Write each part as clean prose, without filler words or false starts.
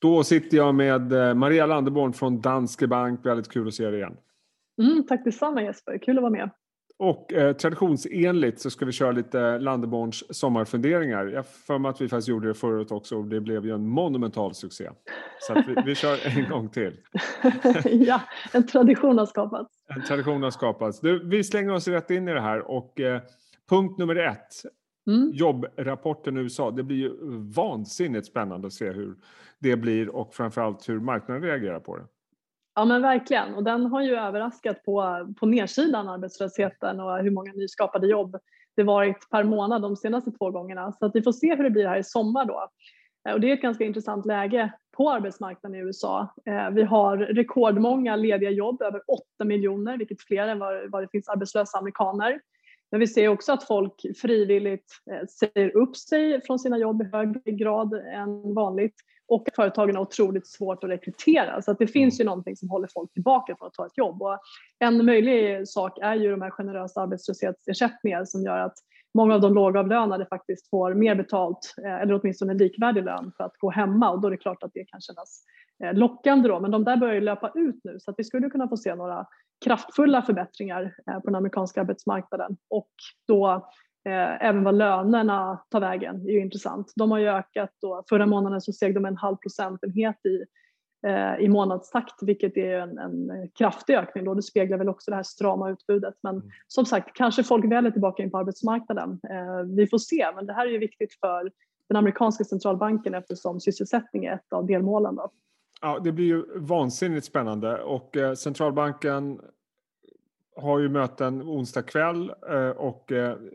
Då sitter jag med Maria Landeborn från Danske Bank. Väldigt kul att se dig igen. Tack detsamma Jesper, kul att vara med. Och traditionsenligt så ska vi köra lite Landeborns sommarfunderingar. Jag för mig att vi faktiskt gjorde det förut också och det blev ju en monumental succé. Så att vi kör en gång till. Ja, en tradition har skapats. En tradition har skapats. Vi slänger oss rätt in i det här och punkt nummer 1. Jobbrapporten i USA. Det blir ju vansinnigt spännande att se hur det blir och framförallt hur marknaden reagerar på det. Ja men verkligen, och den har ju överraskat på nedsidan arbetslösheten och hur många nyskapade jobb det varit per månad de senaste 2 gångerna. Så att vi får se hur det blir här i sommar då. Och det är ett ganska intressant läge på arbetsmarknaden i USA. Vi har rekordmånga lediga jobb, över 8 miljoner, vilket fler än vad det finns arbetslösa amerikaner. Men vi ser också att folk frivilligt säger upp sig från sina jobb i högre grad än vanligt. Och företagen har otroligt svårt att rekrytera. Så att det finns ju någonting som håller folk tillbaka från att ta ett jobb. Och en möjlig sak är ju de här generösa arbetslöshetsersättningar som gör att många av de lågavlönade faktiskt får mer betalt eller åtminstone likvärdig lön för att gå hemma. Och då är det klart att det kan kännas lockande då. Men de där börjar ju löpa ut nu så att vi skulle kunna få se några kraftfulla förbättringar på den amerikanska arbetsmarknaden. Och då även vad lönerna tar vägen är ju intressant. De har ju ökat då, förra månaden så steg de 0,5 procentenhet i månadstakt, vilket är en kraftig ökning då. Det speglar väl också det här strama utbudet. Men som sagt, kanske folk väljer tillbaka in på arbetsmarknaden. Vi får se, men det här är ju viktigt för den amerikanska centralbanken eftersom sysselsättning är ett av delmålen då. Ja, det blir ju vansinnigt spännande och centralbanken har ju möten onsdag kväll och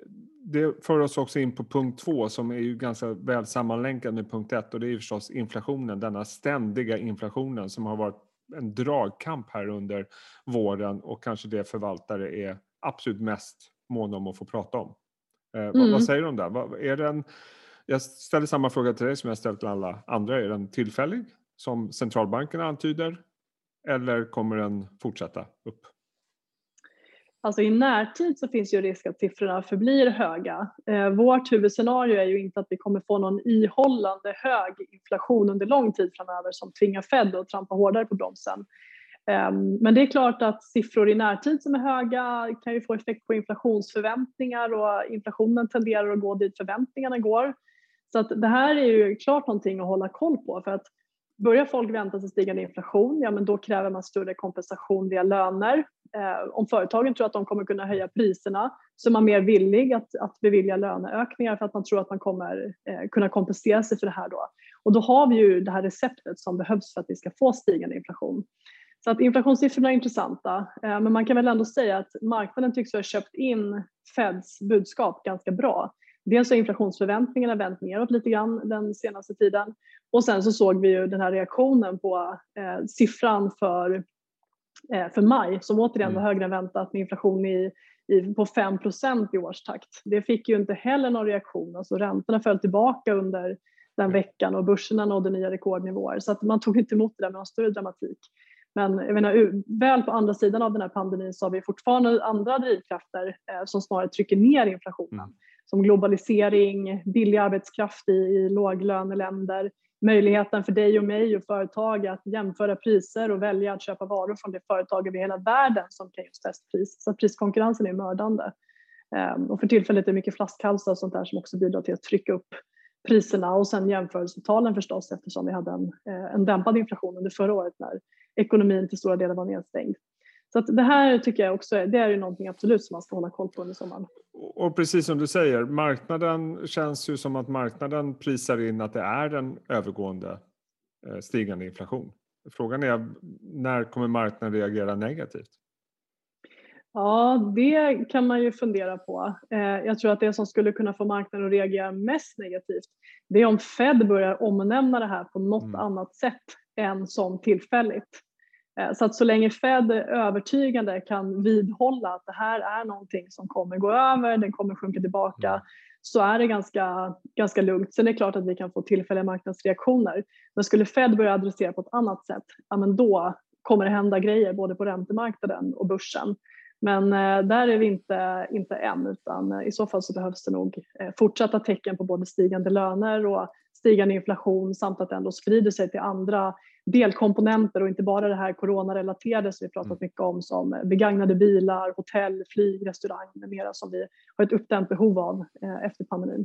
det för oss också in på punkt 2 som är ju ganska väl sammanlänkad med punkt 1 och det är ju förstås inflationen, denna ständiga inflationen som har varit en dragkamp här under våren och kanske det förvaltare är absolut mest mån om att få prata om. Vad säger du om det? Jag ställer samma fråga till dig som jag ställt till alla andra. Är den tillfällig som centralbanken antyder eller kommer den fortsätta upp? Alltså i närtid så finns ju risk att siffrorna förblir höga. Vårt huvudscenario är ju inte att vi kommer få någon ihållande hög inflation under lång tid framöver som tvingar Fed att trampa hårdare på bromsen. Men det är klart att siffror i närtid som är höga kan ju få effekt på inflationsförväntningar och inflationen tenderar att gå dit förväntningarna går. Så att det här är ju klart någonting att hålla koll på för att börjar folk vänta sig stigande inflation, ja men då kräver man större kompensation via löner. Om företagen tror att de kommer kunna höja priserna så är man mer villig att bevilja löneökningar för att man tror att man kommer kunna kompensera sig för det här då. Och då har vi ju det här receptet som behövs för att vi ska få stigande inflation. Så att inflationssiffrorna är intressanta, men man kan väl ändå säga att marknaden tycks ha köpt in Feds budskap ganska bra. Dels har inflationsförväntningarna vänt neråt lite grann den senaste tiden. Och sen så såg vi ju den här reaktionen på siffran för maj som återigen var högre än väntat med inflation på 5% i årstakt. Det fick ju inte heller någon reaktion. Alltså räntorna föll tillbaka under den veckan och börserna nådde nya rekordnivåer. Så att man tog inte emot det där med någon större dramatik. Men jag menar, väl på andra sidan av den här pandemin så har vi fortfarande andra drivkrafter som snarare trycker ner inflationen. Som globalisering, billig arbetskraft i låglöneländer, möjligheten för dig och mig och företag att jämföra priser och välja att köpa varor från det företag över hela världen som kan just bäst pris. Så att priskonkurrensen är mördande. Och för tillfället är det mycket flaskhalsar och sånt där som också bidrar till att trycka upp priserna och sen jämförelsetalen förstås eftersom vi hade en dämpad inflation under förra året när ekonomin till stora delar var nedstängd. Så att det här tycker jag också det är ju någonting absolut som man ska hålla koll på under sommaren. Och precis som du säger, marknaden känns ju som att marknaden prisar in att det är en övergående stigande inflation. Frågan är när kommer marknaden reagera negativt? Ja, det kan man ju fundera på. Jag tror att det som skulle kunna få marknaden att reagera mest negativt det är om Fed börjar omnämna det här på något annat sätt än som tillfälligt. Så att så länge Fed övertygande kan vidhålla att det här är någonting som kommer gå över, den kommer sjunka tillbaka, så är det ganska lugnt. Sen är det klart att vi kan få tillfälliga marknadsreaktioner. Men skulle Fed börja adressera på ett annat sätt, ja, men då kommer det hända grejer både på räntemarknaden och börsen. Men där är vi inte än, utan i så fall så behövs det nog fortsatta tecken på både stigande löner och stigande inflation samt att det ändå sprider sig till andra delkomponenter och inte bara det här coronarelaterade som vi pratat mycket om, som begagnade bilar, hotell, flyg, restaurang med mera, som vi har ett uppdämt behov av efter pandemin.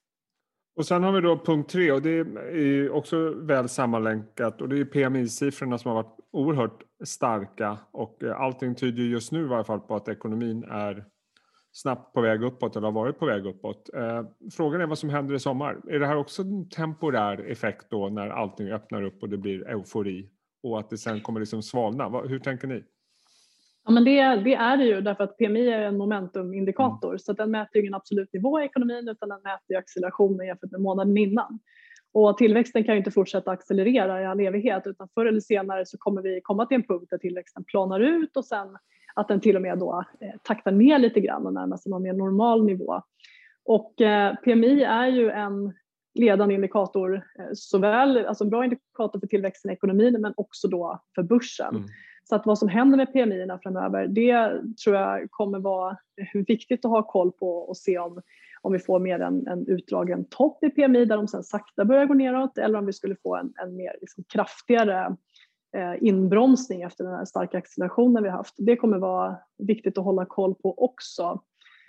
Och sen har vi då punkt 3, och det är också väl sammanlänkat, och det är PMI-siffrorna som har varit oerhört starka, och allting tyder just nu i varje fall på att ekonomin är snabbt på väg uppåt eller har varit på väg uppåt. Frågan är vad som händer i sommar. Är det här också en temporär effekt då när allting öppnar upp och det blir eufori och att det sen kommer liksom svalna? Hur tänker ni? Ja, men det är det ju, därför att PMI är en momentumindikator, så att den mäter ju ingen absolut nivå i ekonomin, utan den mäter ju accelerationen jämfört med månaden innan. Och tillväxten kan ju inte fortsätta accelerera i all evighet, utan förr eller senare så kommer vi komma till en punkt där tillväxten planar ut och sen att den till och med då taktar ner lite grann och närmar sig någon mer normal nivå. Och PMI är ju en ledande indikator, såväl alltså en bra indikator för tillväxten i ekonomin, men också då för börsen. Så att vad som händer med PMI-erna framöver, det tror jag kommer vara viktigt att ha koll på och se om vi får mer en utdragen topp i PMI där de sen sakta börjar gå neråt, eller om vi skulle få en mer liksom kraftigare inbromsning efter den här starka accelerationen vi har haft. Det kommer vara viktigt att hålla koll på också.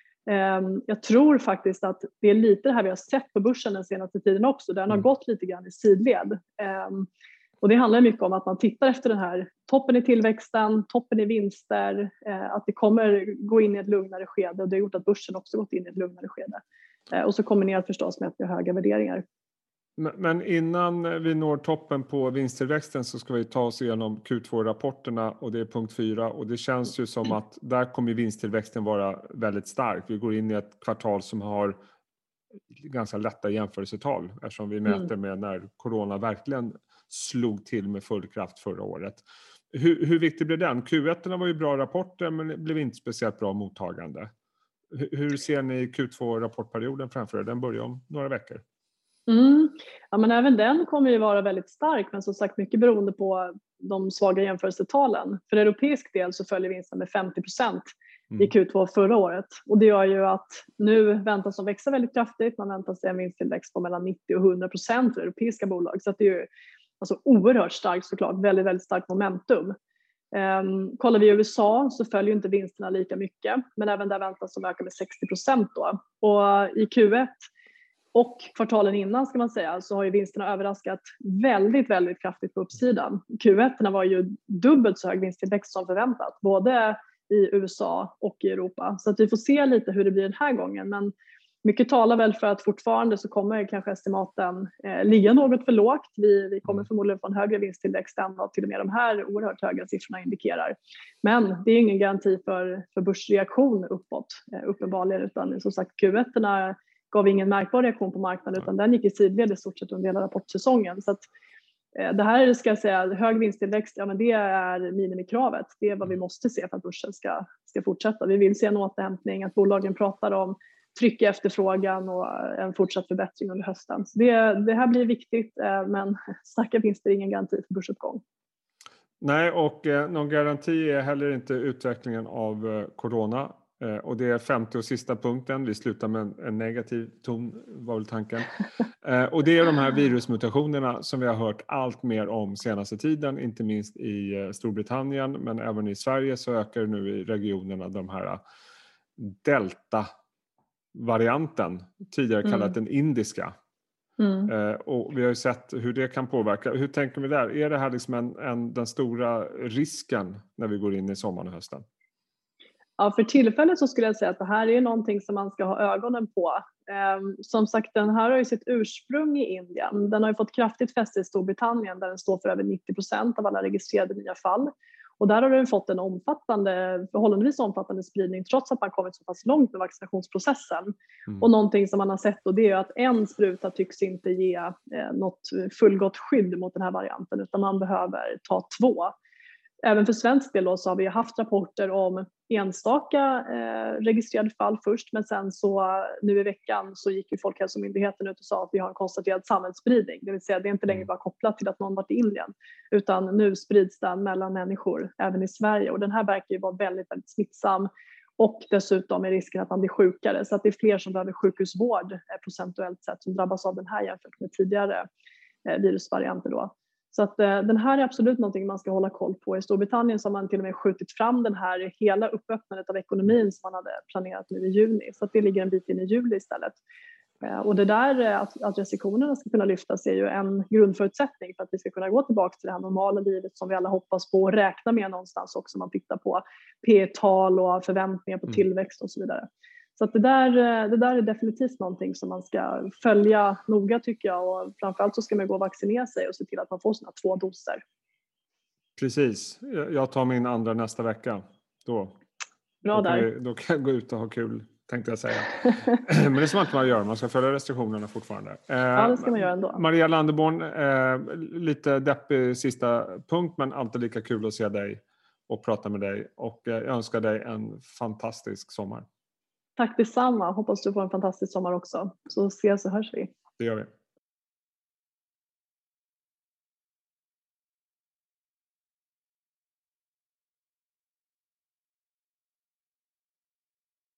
Jag tror faktiskt att det är lite det här vi har sett på börsen den senaste tiden också. Den har gått lite grann i sidled. Och det handlar mycket om att man tittar efter den här toppen i tillväxten, toppen i vinster, att det kommer gå in i ett lugnare skede, och det har gjort att börsen också gått in i ett lugnare skede. Och så kombinerat förstås med att vi har höga värderingar. Men innan vi når toppen på vinsttillväxten så ska vi ta oss igenom Q2-rapporterna, och det är punkt 4, och det känns ju som att där kommer vinsttillväxten vara väldigt stark. Vi går in i ett kvartal som har ganska lätta jämförelsetal eftersom vi mäter med när corona verkligen slog till med full kraft förra året. Hur viktig blev den? Q1 var ju bra rapporter, men det blev inte speciellt bra mottagande. Hur ser ni Q2-rapportperioden framför er? Den börjar om några veckor. Ja, men även den kommer ju vara väldigt stark, men som sagt mycket beroende på de svaga jämförelsetalen. För europeisk del så följer vinsten med 50% i Q2 förra året, och det gör ju att nu väntas de växa väldigt kraftigt. Man väntar sig en vinsttillväxt på mellan 90 och 100% för europeiska bolag, så att det är ju alltså oerhört starkt såklart, väldigt, väldigt starkt momentum. Kollar vi i USA så följer inte vinsterna lika mycket, men även där väntas de öka med 60% då. Och i Q1 och kvartalen innan ska man säga, så har ju vinsterna överraskat väldigt, väldigt kraftigt på uppsidan. Q1 var ju dubbelt så hög vinsttillväxt som förväntat, både i USA och i Europa. Så att vi får se lite hur det blir den här gången. Men mycket talar väl för att fortfarande så kommer kanske estimaten ligga något för lågt. Vi kommer förmodligen få en högre vinsttillväxt än vad till och med de här oerhört höga siffrorna indikerar. Men det är ingen garanti för börsreaktion uppåt uppenbarligen, utan som sagt Q1 gav ingen märkbar reaktion på marknaden, utan den gick i sidled i stort sett under hela rapportsäsongen. Så att det här ska jag säga, hög vinsttillväxt, ja men det är minimikravet. Det är vad vi måste se för att börsen ska fortsätta. Vi vill se en återhämtning, att bolagen pratar om tryck i efterfrågan och en fortsatt förbättring under hösten. Så det här blir viktigt, men starka vinster är ingen garanti för börsuppgång. Nej, och någon garanti är heller inte utvecklingen av corona. Och det är 50 och sista punkten. Vi slutar med en negativ ton, var väl tanken. Och det är de här virusmutationerna som vi har hört allt mer om senaste tiden, inte minst i Storbritannien, men även i Sverige så ökar nu i regionerna de här delta-varianten, tidigare kallat den indiska. Och vi har ju sett hur det kan påverka. Hur tänker vi där? Är det här liksom den stora risken när vi går in i sommaren och hösten? Ja, för tillfället så skulle jag säga att det här är någonting som man ska ha ögonen på. Som sagt, den här har ju sitt ursprung i Indien. Den har ju fått kraftigt fäste i Storbritannien där den står för över 90% av alla registrerade nya fall. Och där har den fått en förhållandevis omfattande spridning trots att man kommit så pass långt med vaccinationsprocessen. Och någonting som man har sett, och det är att en spruta tycks inte ge något fullgott skydd mot den här varianten, utan man behöver ta 2. Även för svensk del då så har vi haft rapporter om enstaka registrerade fall först, men sen så nu i veckan så gick ju Folkhälsomyndigheten ut och sa att vi har en konstaterad samhällsspridning. Det vill säga det är inte längre bara kopplat till att någon varit i Indien, utan nu sprids den mellan människor även i Sverige, och den här verkar ju vara väldigt, väldigt smittsam. Och dessutom är risken att man blir sjukare. Så att det är fler som behöver sjukhusvård procentuellt sett som drabbas av den här jämfört med tidigare virusvarianter då. Så att den här är absolut någonting man ska hålla koll på. I Storbritannien så har man till och med skjutit fram den här hela uppöppnandet av ekonomin som man hade planerat nu i juni. Så att det ligger en bit in i juli istället. Och det där att restriktionerna ska kunna lyftas är ju en grundförutsättning för att vi ska kunna gå tillbaka till det här normala livet som vi alla hoppas på och räkna med någonstans också. Man tittar på P-tal och förväntningar på tillväxt och så vidare. Så att det där är definitivt någonting som man ska följa noga tycker jag, och framförallt så ska man gå och vaccinera sig och se till att man får sina 2 doser. Precis, jag tar min andra nästa vecka. Då kan jag gå ut och ha kul, tänkte jag säga. Men det ska man inte göra, man ska följa restriktionerna fortfarande. Ja, det ska man göra ändå. Maria Landeborn, lite deppig sista punkt, men alltid lika kul att se dig och prata med dig. Och jag önskar dig en fantastisk sommar. Tack detsamma. Hoppas du får en fantastisk sommar också. Så ses och hörs vi. Det gör vi.